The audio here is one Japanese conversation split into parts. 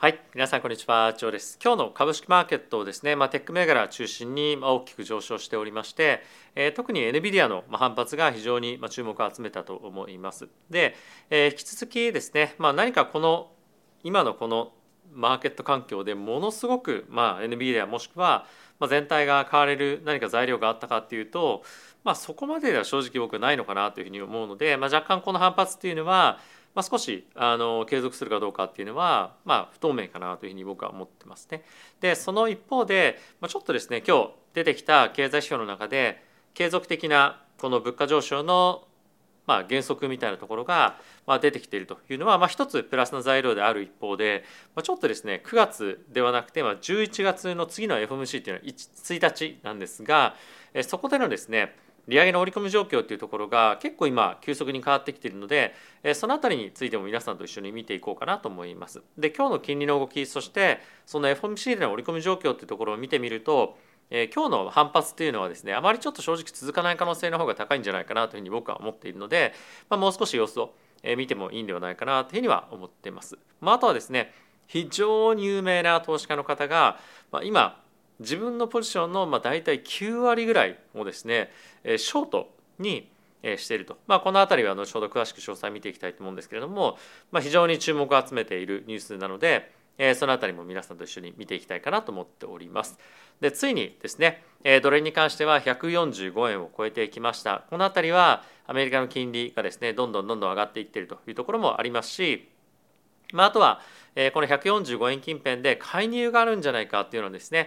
はい、皆さんこんにちは、ジョーです。今日の株式マーケットをですね、テック銘柄中心に大きく上昇しておりまして、特に NVIDIA の反発が非常に注目を集めたと思います。で、引き続きですね、何か今のこのマーケット環境でものすごくNVIDIA もしくは全体が買われる何か材料があったかっていうと、そこまででは正直僕はないのかなというふうに思うので、若干この反発っていうのは少し継続するかどうかっていうのは不透明かなというふうに僕は思ってますね。でその一方でちょっとですね、今日出てきた経済指標の中で継続的なこの物価上昇の原則みたいなところが出てきているというのは一つプラスの材料である一方で、ちょっとですね9月ではなくて11月の次の FOMC っていうのは1日なんですが、そこでのですね利上げの織り込み状況というところが結構今急速に変わってきているので、そのあたりについても皆さんと一緒に見ていこうかなと思います。で今日の金利の動き、そしてその FOMC での織り込み状況というところを見てみると、今日の反発というのはですねあまりちょっと正直続かない可能性の方が高いんじゃないかなというふうに僕は思っているので、もう少し様子を見てもいいんではないかなというふうには思っています。あとはですね、非常に有名な投資家の方が今自分のポジションの大体9割ぐらいをですねショートにしていると、この辺りは後ほど詳しく詳細見ていきたいと思うんですけれども、非常に注目を集めているニュースなので、そのあたりも皆さんと一緒に見ていきたいかなと思っております。でついにですねドル円に関しては145円を超えてきました。このあたりはアメリカの金利がですねどんどん上がっていっているというところもありますし、あとはこの145円近辺で介入があるんじゃないかっていうのはですね、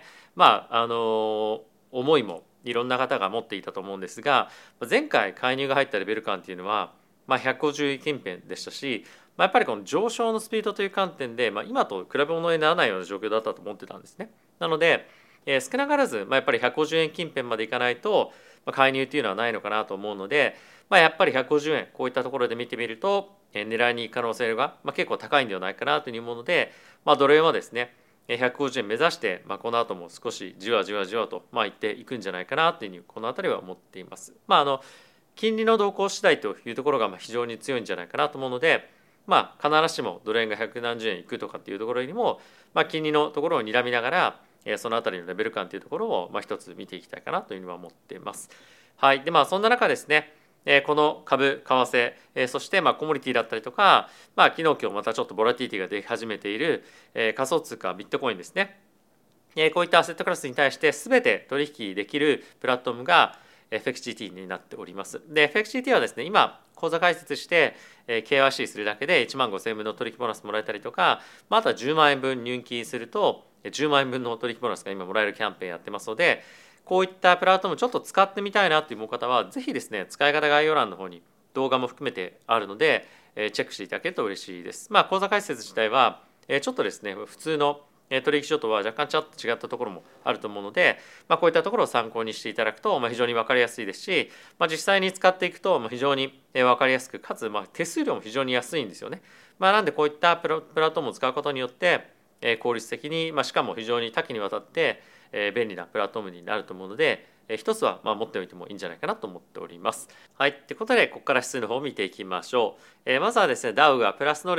思いもいろんな方が持っていたと思うんですが、前回介入が入ったレベル感っていうのは150円近辺でしたし、やっぱりこの上昇のスピードという観点で、今と比べ物にならないような状況だったと思ってたんですね。なので、少なからず、やっぱり150円近辺までいかないと、介入っていうのはないのかなと思うので、やっぱり150円こういったところで見てみると、狙いに行く可能性が、結構高いんではないかなというふうに思うので、ドル円はですね150円目指して、この後も少しじわじわじわといっていくんじゃないかなというふうにこの辺りは思っています。金利の動向次第というところが非常に強いんじゃないかなと思うので、必ずしもドル円が100何十円いくとかっていうところよりも、金利のところを睨みながらそのあたりのレベル感というところを一つ見ていきたいかなというふうには思っています。はい。でそんな中ですね、この株、為替、そしてコモディティだったりとか、昨日今日またちょっとボラティティが出始めている仮想通貨ビットコインですね。こういったアセットクラスに対して全て取引できるプラットフォームが FXGT になっております。で FXGT はですね今口座開設してKYC するだけで1万5,000円分の取引ボーナスもらえたりとか、あとは10万円分入金すると10万円分の取引ボーナスが今もらえるキャンペーンやってますので、こういったプラットフォームちょっと使ってみたいなという思う方はぜひですね使い方概要欄の方に動画も含めてあるのでチェックしていただけると嬉しいです。口座開設自体はちょっとですね普通の取引所とは若干ちょっと違ったところもあると思うので、こういったところを参考にしていただくと非常に分かりやすいですし、実際に使っていくと非常に分かりやすく、かつ手数料も非常に安いんですよね。なんでこういったプラットフォームを使うことによって効率的に、しかも非常に多岐にわたって便利なプラットフォームになると思うので、一つは持っておいてもいいんじゃないかなと思っております。はい。ということで、ここから指数の方を見ていきましょう。まずはですね、ダウがプラスの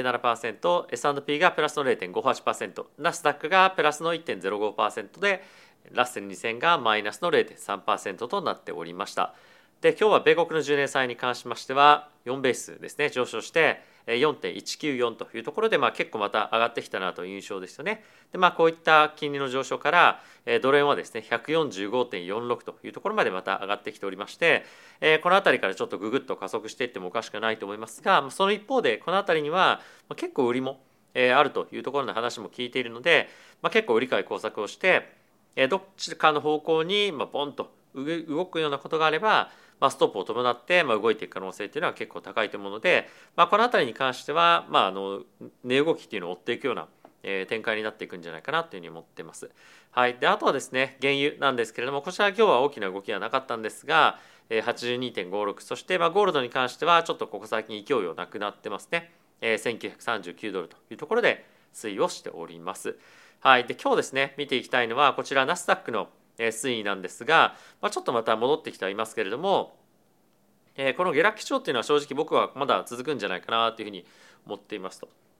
0.07%、S&P がプラスの 0.58%、ナスダックがプラスの 1.05% で、ラッセル2000がマイナスの 0.3% となっておりました。で、今日は米国の10年債に関しましては、4ベースですね、上昇して、4.194 というところで、結構また上がってきたなという印象ですよね。でこういった金利の上昇からドル円はですね 145.46 というところまでまた上がってきておりまして、この辺りからちょっとググッと加速していってもおかしくないと思いますが、その一方でこの辺りには結構売りもあるというところの話も聞いているので、結構売り買い工作をしてどっちかの方向にボンと動くようなことがあれば、ストップを伴って動いていく可能性というのは結構高いと思うので、この辺りに関しては値動きっていうのを追っていくような展開になっていくんじゃないかなというふうに思っています。はい。であとはですね原油なんですけれども、こちら今日は大きな動きはなかったんですが 82.56、 そしてゴールドに関してはちょっとここ最近勢いはなくなってますね。1939ドルというところで推移をしております。はい。で今日ですね見ていきたいのはこちらナスダックの推移なんですが、ちょっとまた戻ってきてはいますけれども、この下落基調っていうのは正直僕はまだ続くんじゃないかなというふうに思っていますと。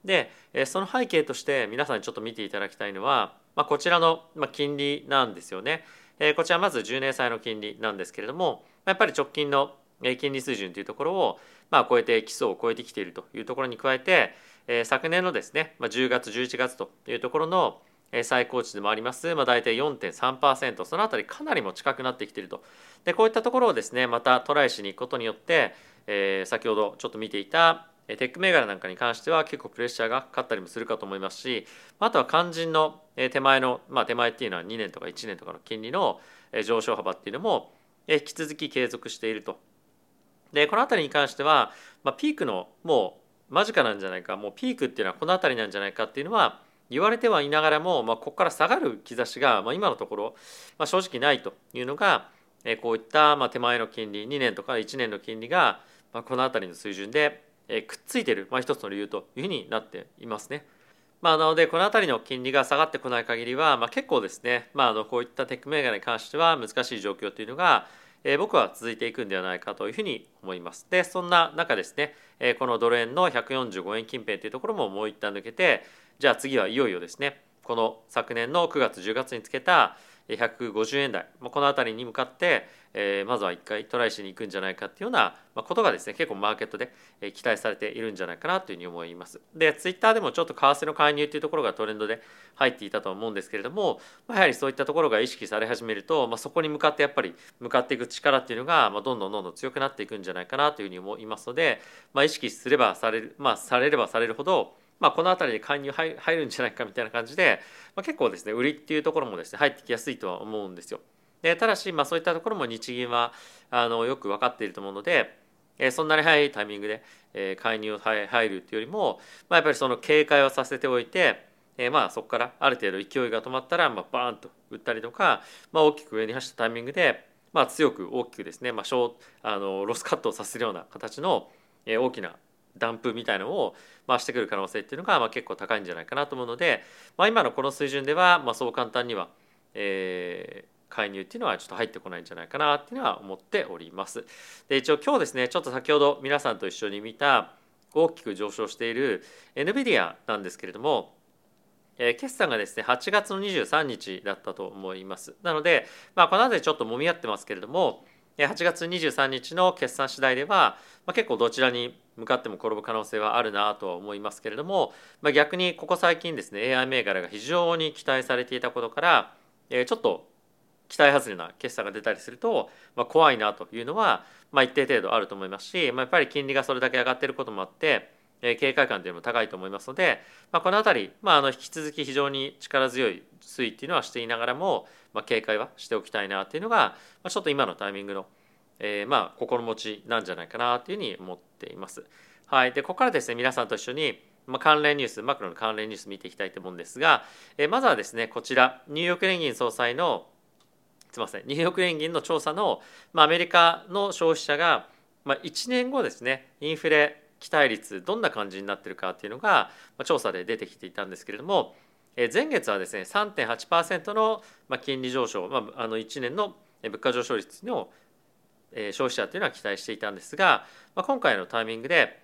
で、その背景として皆さんにちょっと見ていただきたいのは、こちらの金利なんですよね。こちらまず10年債の金利なんですけれども、やっぱり直近の金利水準というところを超えて基礎を超えてきているというところに加えて、昨年のですね10月11月というところの最高値でもあります、大体 4.3%、 そのあたりかなりも近くなってきていると。でこういったところをですねまたトライしに行くことによって、先ほどちょっと見ていたテック銘柄なんかに関しては結構プレッシャーがかかったりもするかと思いますし、あとは肝心の手前の、手前っていうのは2年とか1年とかの金利の上昇幅っていうのも引き続き継続していると。でこの辺りに関しては、ピークのもう間近なんじゃないか、もうピークっていうのはこの辺りなんじゃないかっていうのは言われてはいながらも、ここから下がる兆しが、今のところ、正直ないというのが、こういった手前の金利2年とか1年の金利が、この辺りの水準でくっついている、一つの理由というふうになっていますね。なのでこの辺りの金利が下がってこない限りは、結構ですね、こういったテック銘柄に関しては難しい状況というのが、僕は続いていくんではないかというふうに思います。でそんな中ですね、このドル円の145円近辺というところももう一旦抜けて、じゃあ次はいよいよですねこの昨年の9月10月につけた150円台、この辺りに向かって、まずは一回トライしに行くんじゃないかっていうようなことがですね結構マーケットで期待されているんじゃないかなというふうに思います。でツイッターでもちょっと為替の介入というところがトレンドで入っていたと思うんですけれども、やはりそういったところが意識され始めると、そこに向かってやっぱり向かっていく力っていうのが、どんどん強くなっていくんじゃないかなというふうに思いますので、意識すればされる、されればされるほどこの辺りで介入入るんじゃないかみたいな感じで、結構ですね売りっていうところもですね入ってきやすいとは思うんですよ。でただし、そういったところも日銀はよく分かっていると思うので、そんなに早いタイミングで介入入るっていうよりも、やっぱりその警戒をさせておいて、そこからある程度勢いが止まったら、バーンと打ったりとか、大きく上に走ったタイミングで、強く大きくですね、ロスカットをさせるような形の大きなダンプみたいのをしてくる可能性っていうのが結構高いんじゃないかなと思うので、今のこの水準ではそう簡単には、介入っていうのはちょっと入ってこないんじゃないかなっていうのは思っております。で一応今日ですねちょっと先ほど皆さんと一緒に見た大きく上昇している NVIDIA なんですけれども、決算がですね8月の23日だったと思います。なので、この辺りちょっと揉み合ってますけれども、8月23日の決算次第では、結構どちらに向かっても転ぶ可能性はあるなとは思いますけれども、逆にここ最近ですね AI 銘柄が非常に期待されていたことから、ちょっと期待外れな決算が出たりすると、怖いなというのは、一定程度あると思いますし、やっぱり金利がそれだけ上がっていることもあって警戒感というのも高いと思いますので、この辺り、引き続き非常に力強い推移っていうのはしていながらも、警戒はしておきたいなっていうのが、ちょっと今のタイミングの、心持ちなんじゃないかなというふうに思っています。はい、でここからですね皆さんと一緒に関連ニュース、マクロの関連ニュース見ていきたいと思うんですが、まずはですねこちらニューヨーク連銀総裁のニューヨーク連銀の調査の、アメリカの消費者が、1年後ですねインフレ期待率どんな感じになっているかっていうのが調査で出てきていたんですけれども、前月はですね 3.8% の金利上昇、1年の物価上昇率の消費者というのは期待していたんですが、今回のタイミングで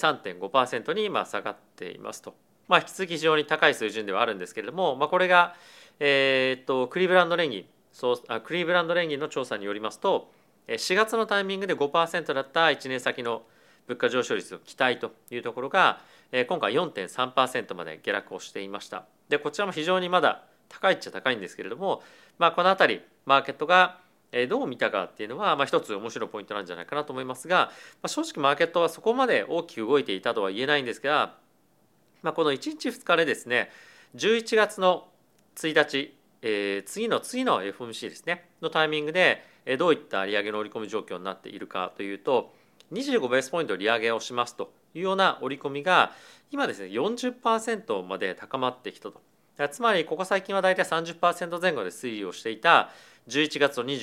3.5% に下がっていますと。引き続き非常に高い水準ではあるんですけれども、これが、クリーブランド連銀の調査によりますと、4月のタイミングで 5% だった1年先の物価上昇率の期待というところが今回 4.3% まで下落をしていました。でこちらも非常にまだ高いっちゃ高いんですけれども、この辺りマーケットがどう見たかっていうのは一つ面白いポイントなんじゃないかなと思いますが、正直マーケットはそこまで大きく動いていたとは言えないんですが、この1日2日でですね11月の1日、次の FOMC ですねのタイミングでどういった利上げの織り込み状況になっているかというと、25ベースポイント利上げをしますというような織り込みが今ですね 40% まで高まってきたと。つまりここ最近はだいたい 30% 前後で推移をしていた11月の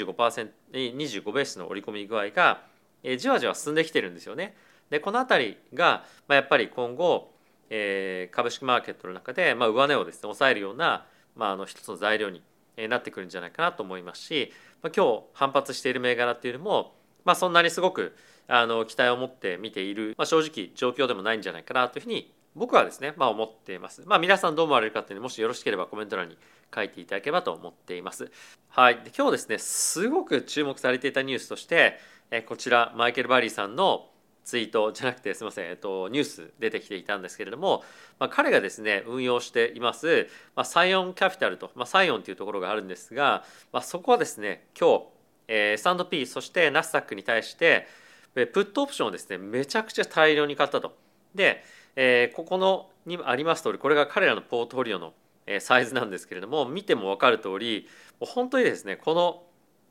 25ベースの織り込み具合がじわじわ進んできてるんですよね。でこのあたりがやっぱり今後株式マーケットの中で上値をですね抑えるような一つの材料になってくるんじゃないかなと思いますし、今日反発している銘柄っていうのもそんなにすごく期待を持って見ている、正直状況でもないんじゃないかなというふうに僕はですね、思っています。皆さんどう思われるかっていうのもしよろしければコメント欄に書いていただければと思っています。はい。で今日ですね、すごく注目されていたニュースとして、こちらマイケル・バリーさんのツイートじゃなくてすみません、ニュース出てきていたんですけれども、彼がですね運用しています、サイオンキャピタルと、サイオンというところがあるんですが、そこはですね今日、S&P そしてナスダックに対してプットオプションをですねめちゃくちゃ大量に買ったと。で、ここのにあります通りこれが彼らのポートフォリオのサイズなんですけれども、見ても分かる通り本当にですねこの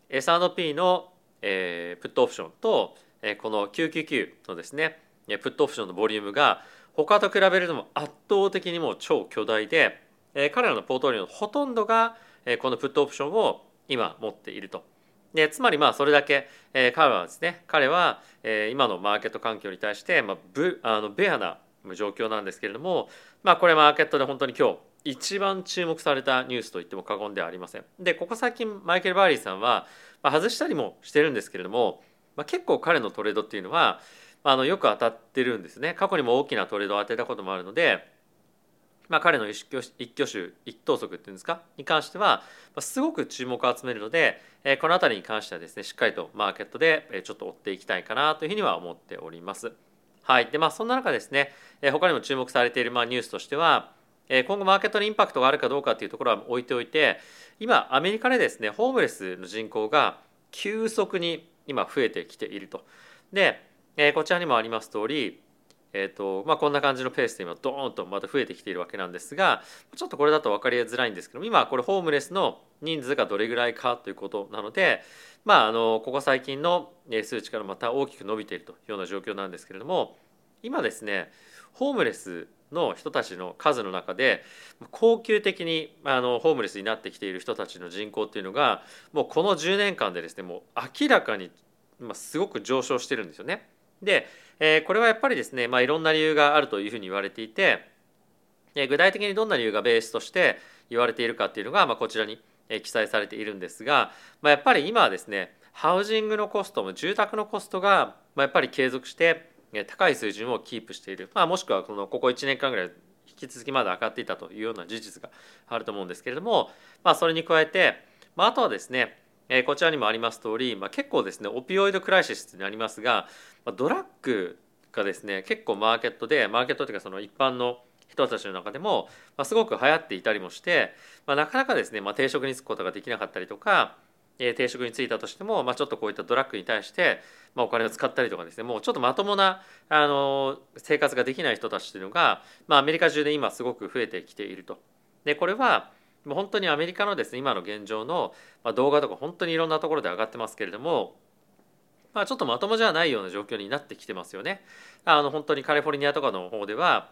S&P のプットオプションとこの999のですねプットオプションのボリュームが他と比べるとも圧倒的にもう超巨大で、彼らのポートフォリオのほとんどがこのプットオプションを今持っていると。でつまりそれだけ彼は今のマーケット環境に対してベアな状況なんですけれども、これマーケットで本当に今日一番注目されたニュースと言っても過言ではありません。でここ最近マイケル・バーリーさんは外したりもしてるんですけれども、結構彼のトレードっていうのはよく当たってるんですね。過去にも大きなトレードを当てたこともあるので、彼の一挙手一投足っていうんですかに関してはすごく注目を集めるので、この辺りに関してはですねしっかりとマーケットでちょっと追っていきたいかなというふうには思っております。はい。でそんな中ですね他にも注目されているニュースとしては、今後マーケットにインパクトがあるかどうかというところは置いておいて、今アメリカでですねホームレスの人口が急速に今増えてきていると。で、こちらにもあります通りこんな感じのペースで今ドーンとまた増えてきているわけなんですが、ちょっとこれだと分かりづらいんですけども、今これホームレスの人数がどれぐらいかということなので、ここ最近の数値からまた大きく伸びているというような状況なんですけれども、今ですねホームレスの人たちの数の中で恒久的にホームレスになってきている人たちの人口っていうのがもうこの10年間でですねもう明らかにすごく上昇してるんですよね。でこれはやっぱりですね、いろんな理由があるというふうに言われていて、具体的にどんな理由がベースとして言われているかっていうのが、こちらに記載されているんですが、やっぱり今はですねハウジングのコストも住宅のコストがやっぱり継続して高い水準をキープしている、もしくはここ1年間ぐらい引き続きまだ上がっていたというような事実があると思うんですけれども、それに加えて、あとはですねこちらにもあります通り、結構ですねオピオイドクライシスになりますが、ドラッグがですね結構マーケットというかその一般の人たちの中でもすごく流行っていたりもして、なかなかですね定職に就くことができなかったりとか、定職に就いたとしても、ちょっとこういったドラッグに対して、お金を使ったりとかですねもうちょっとまともな生活ができない人たちというのが、アメリカ中で今すごく増えてきていると。でこれはもう本当にアメリカのですね今の現状の動画とか本当にいろんなところで上がってますけれども、ちょっとまともじゃないような状況になってきてますよね。本当にカリフォルニアとかの方では、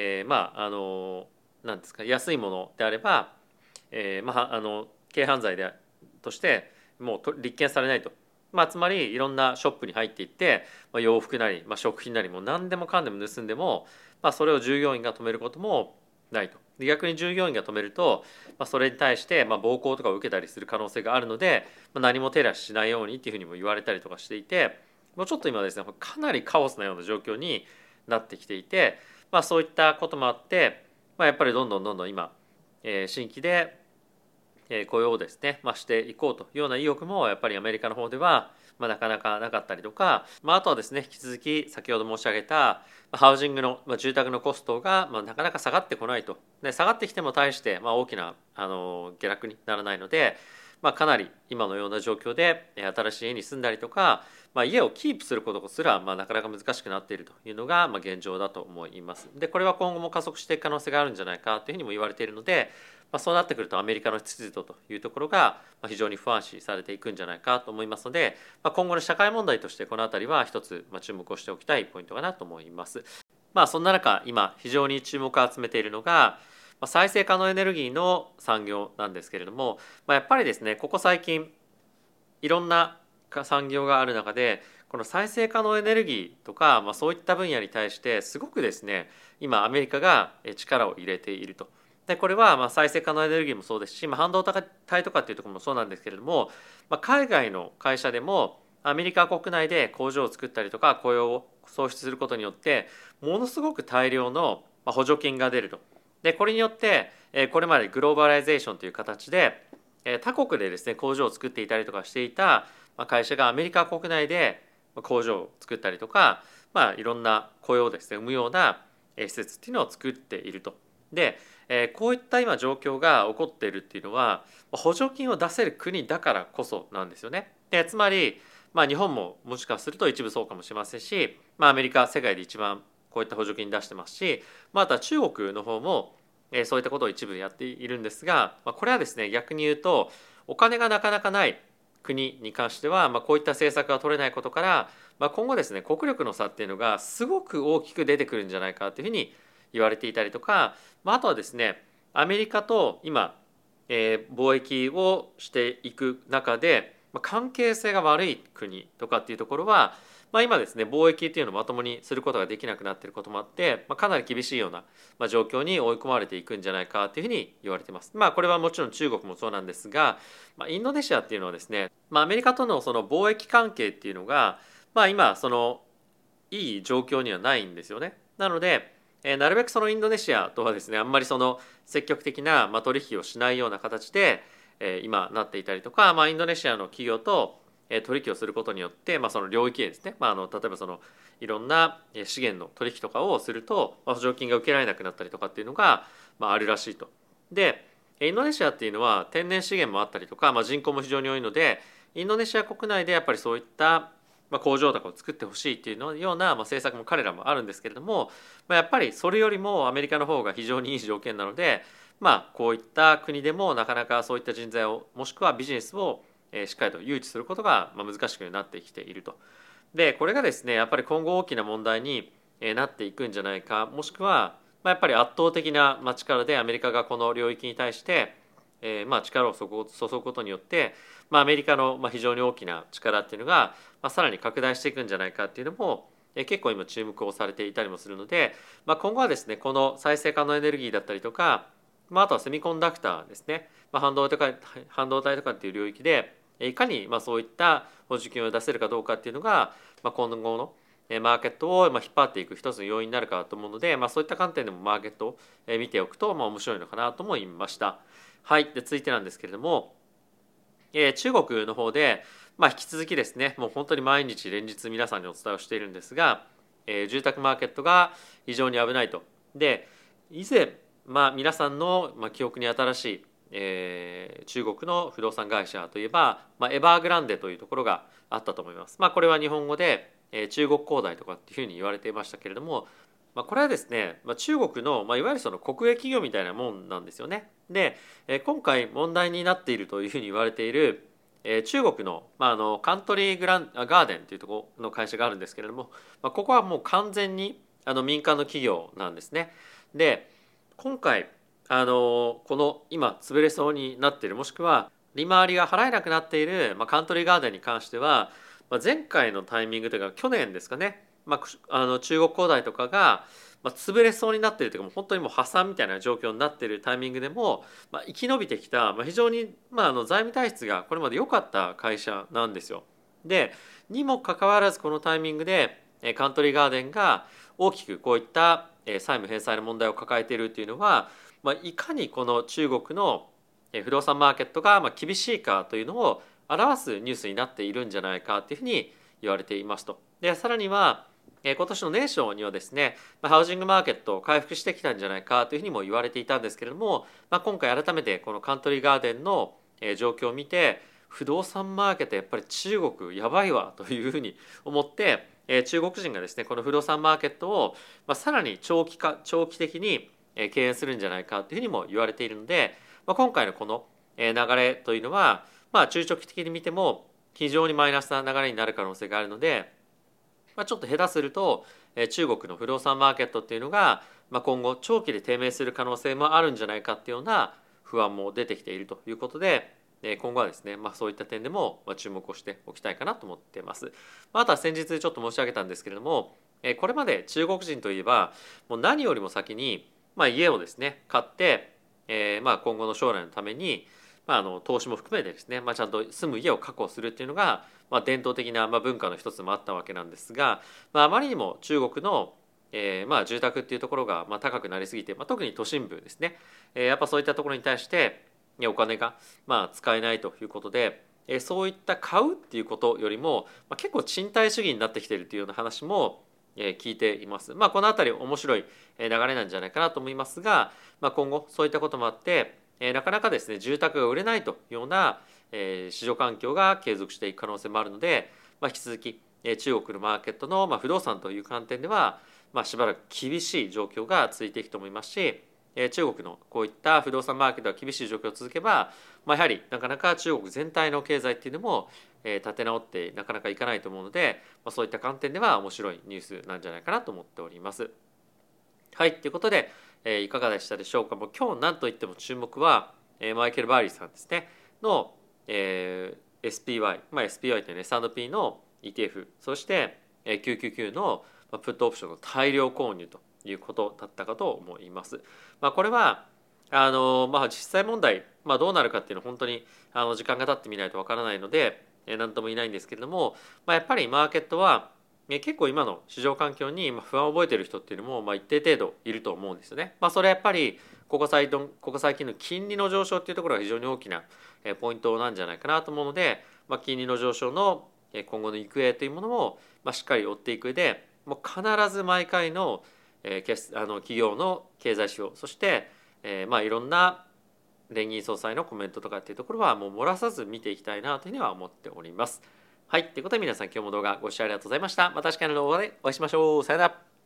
なんですか安いものであれば、軽犯罪としてもう立件されないと。つまりいろんなショップに入っていって、洋服なり、食品なりも何でもかんでも盗んでも、それを従業員が止めることもないと。で逆に従業員が止めると、それに対して暴行とかを受けたりする可能性があるので、何も手出ししないようにっていうふうにも言われたりとかしていて、もうちょっと今ですねかなりカオスなような状況になってきていて、そういったこともあって、やっぱりどんどん今、新規で雇用をですね、していこうというような意欲もやっぱりアメリカの方では、なかなかなかったりとか、あとはですね引き続き先ほど申し上げたハウジングの、住宅のコストが、なかなか下がってこないと。で下がってきても対して、大きな下落にならないので、かなり今のような状況で新しい家に住んだりとか、家をキープすることすら、なかなか難しくなっているというのが、現状だと思います。でこれは今後も加速していく可能性があるんじゃないかというふうにも言われているので、そうなってくるとアメリカの秩序というところが非常に不安視されていくんじゃないかと思いますので、今後の社会問題としてこの辺りは一つ注目をしておきたいポイントかなと思います。そんな中今非常に注目を集めているのが再生可能エネルギーの産業なんですけれども、やっぱりですねここ最近いろんな産業がある中でこの再生可能エネルギーとか、そういった分野に対してすごくですね今アメリカが力を入れていると。でこれは再生可能エネルギーもそうですし、半導体とかっていうところもそうなんですけれども、海外の会社でもアメリカ国内で工場を作ったりとか雇用を創出することによってものすごく大量の補助金が出ると。でこれによってこれまでグローバライゼーションという形で他国でですね工場を作っていたりとかしていた会社がアメリカ国内で工場を作ったりとか、いろんな雇用をですね生むような施設っていうのを作っていると。でこういった今状況が起こっているっていうのは補助金を出せる国だからこそなんですよね。でつまり、日本ももしかすると一部そうかもしれませんし、アメリカ世界で一番こういった補助金出してますし、あとは中国の方もそういったことを一部やっているんですが、これはですね逆に言うとお金がなかなかない国に関しては、こういった政策が取れないことから、今後ですね国力の差っていうのがすごく大きく出てくるんじゃないかというふうに言われていたりとか、あとはですねアメリカと今、貿易をしていく中で、関係性が悪い国とかっていうところは、今ですね貿易っていうのをまともにすることができなくなっていることもあって、かなり厳しいような、状況に追い込まれていくんじゃないかというふうに言われています。これはもちろん中国もそうなんですが、インドネシアっていうのはですね、アメリカとのその貿易関係っていうのが、今そのいい状況にはないんですよね。なのでなるべくそのインドネシアとはですねあんまりその積極的な取引をしないような形で今なっていたりとか、インドネシアの企業と取引をすることによって、その領域でですね、例えばそのいろんな資源の取引とかをすると補助金が受けられなくなったりとかっていうのがあるらしいと。でインドネシアっていうのは天然資源もあったりとか、人口も非常に多いのでインドネシア国内でやっぱりそういった工場とかを作ってほしいっていうのような政策も彼らもあるんですけれども、やっぱりそれよりもアメリカの方が非常にいい条件なので、こういった国でもなかなかそういった人材をもしくはビジネスをしっかりと誘致することが難しくなってきていると。でこれがですねやっぱり今後大きな問題になっていくんじゃないか、もしくはやっぱり圧倒的な力でアメリカがこの領域に対して力を注ぐことによって、アメリカの非常に大きな力っていうのがさらに拡大していくんじゃないかっていうのも結構今注目をされていたりもするので、今後はですねこの再生可能エネルギーだったりとか、あとはセミコンダクターですね、半導体とかっていう領域でいかにそういった補助金を出せるかどうかっていうのが今後のマーケットを引っ張っていく一つの要因になるかと思うので、そういった観点でもマーケットを見ておくと面白いのかなとも言いました。はい、で続いてなんですけれども、中国の方で、引き続きですねもう本当に毎日連日皆さんにお伝えをしているんですが、住宅マーケットが非常に危ないと。で以前、皆さんの記憶に新しい、中国の不動産会社といえば、エバーグランデというところがあったと思います。これは日本語で、中国恒大とかっていうふうに言われていましたけれども、これはですね、中国の、いわゆるその国営企業みたいなもんなんですよね。で今回問題になっているというふうに言われている中国の、カントリーガーデンというところの会社があるんですけれども、ここはもう完全に民間の企業なんですね。で今回この今潰れそうになっている、もしくは利回りが払えなくなっている、カントリーガーデンに関しては、前回のタイミングというか去年ですかね、中国恒大とかが潰れそうになっているというか、もう本当にもう破産みたいな状況になっているタイミングでも、生き延びてきた、非常に、財務体質がこれまで良かった会社なんですよ。でにもかかわらずこのタイミングでカントリーガーデンが大きくこういった債務返済の問題を抱えているというのは、いかにこの中国の不動産マーケットが厳しいかというのを表すニュースになっているんじゃないかというふうに言われていますと。でさらには今年の年初にはですねハウジングマーケット回復してきたんじゃないかというふうにも言われていたんですけれども、今回改めてこのカントリーガーデンの状況を見て、不動産マーケットやっぱり中国やばいわというふうに思って、中国人がですねこの不動産マーケットをさらに長期的に敬遠するんじゃないかというふうにも言われているので、今回のこの流れというのは、中長期的に見ても非常にマイナスな流れになる可能性があるので、ちょっと下手すると中国の不動産マーケットっていうのが今後長期で低迷する可能性もあるんじゃないかっていうような不安も出てきているということで、今後はですね、そういった点でも注目をしておきたいかなと思っています。あとは先日ちょっと申し上げたんですけれども、これまで中国人といえばもう何よりも先に家をですね買って、今後の将来のために投資も含めてですね、ちゃんと住む家を確保するっていうのが、伝統的な文化の一つもあったわけなんですが、あまりにも中国の住宅っていうところが高くなりすぎて、特に都心部ですね、やっぱそういったところに対してお金が使えないということで、そういった買うっていうことよりも、結構賃貸主義になってきているというような話も聞いています。このあたり面白い流れなんじゃないかなと思いますが、今後そういったこともあってなかなかですね住宅が売れないというような市場環境が継続していく可能性もあるので、引き続き中国のマーケットの不動産という観点では、しばらく厳しい状況が続いていくと思いますし、中国のこういった不動産マーケットが厳しい状況を続けば、やはりなかなか中国全体の経済っていうのも立て直ってなかなかいかないと思うので、そういった観点では面白いニュースなんじゃないかなと思っております。はい、ということで、いかがでしたでしょうか。もう今日何といっても注目は、マイケル・バーリーさんですねの、SPY、SPY というね S&P の ETF、そして、999のプットオプションの大量購入ということだったかと思います。これは実際問題、どうなるかっていうのは本当に時間が経ってみないとわからないので何とも言えないんですけれども、やっぱりマーケットは結構今の市場環境に不安を覚えている人っていうのも一定程度いると思うんですよね。それはやっぱりここ最近の金利の上昇っていうところが非常に大きなポイントなんじゃないかなと思うので、金利の上昇の今後の行方というものもしっかり追っていく上で、もう必ず毎回の企業の経済指標、そしていろんな連銀総裁のコメントとかっていうところはもう漏らさず見ていきたいなというふうには思っております。はい、ということで皆さん今日も動画ご視聴ありがとうございました。また次回の動画でお会いしましょう。さよなら。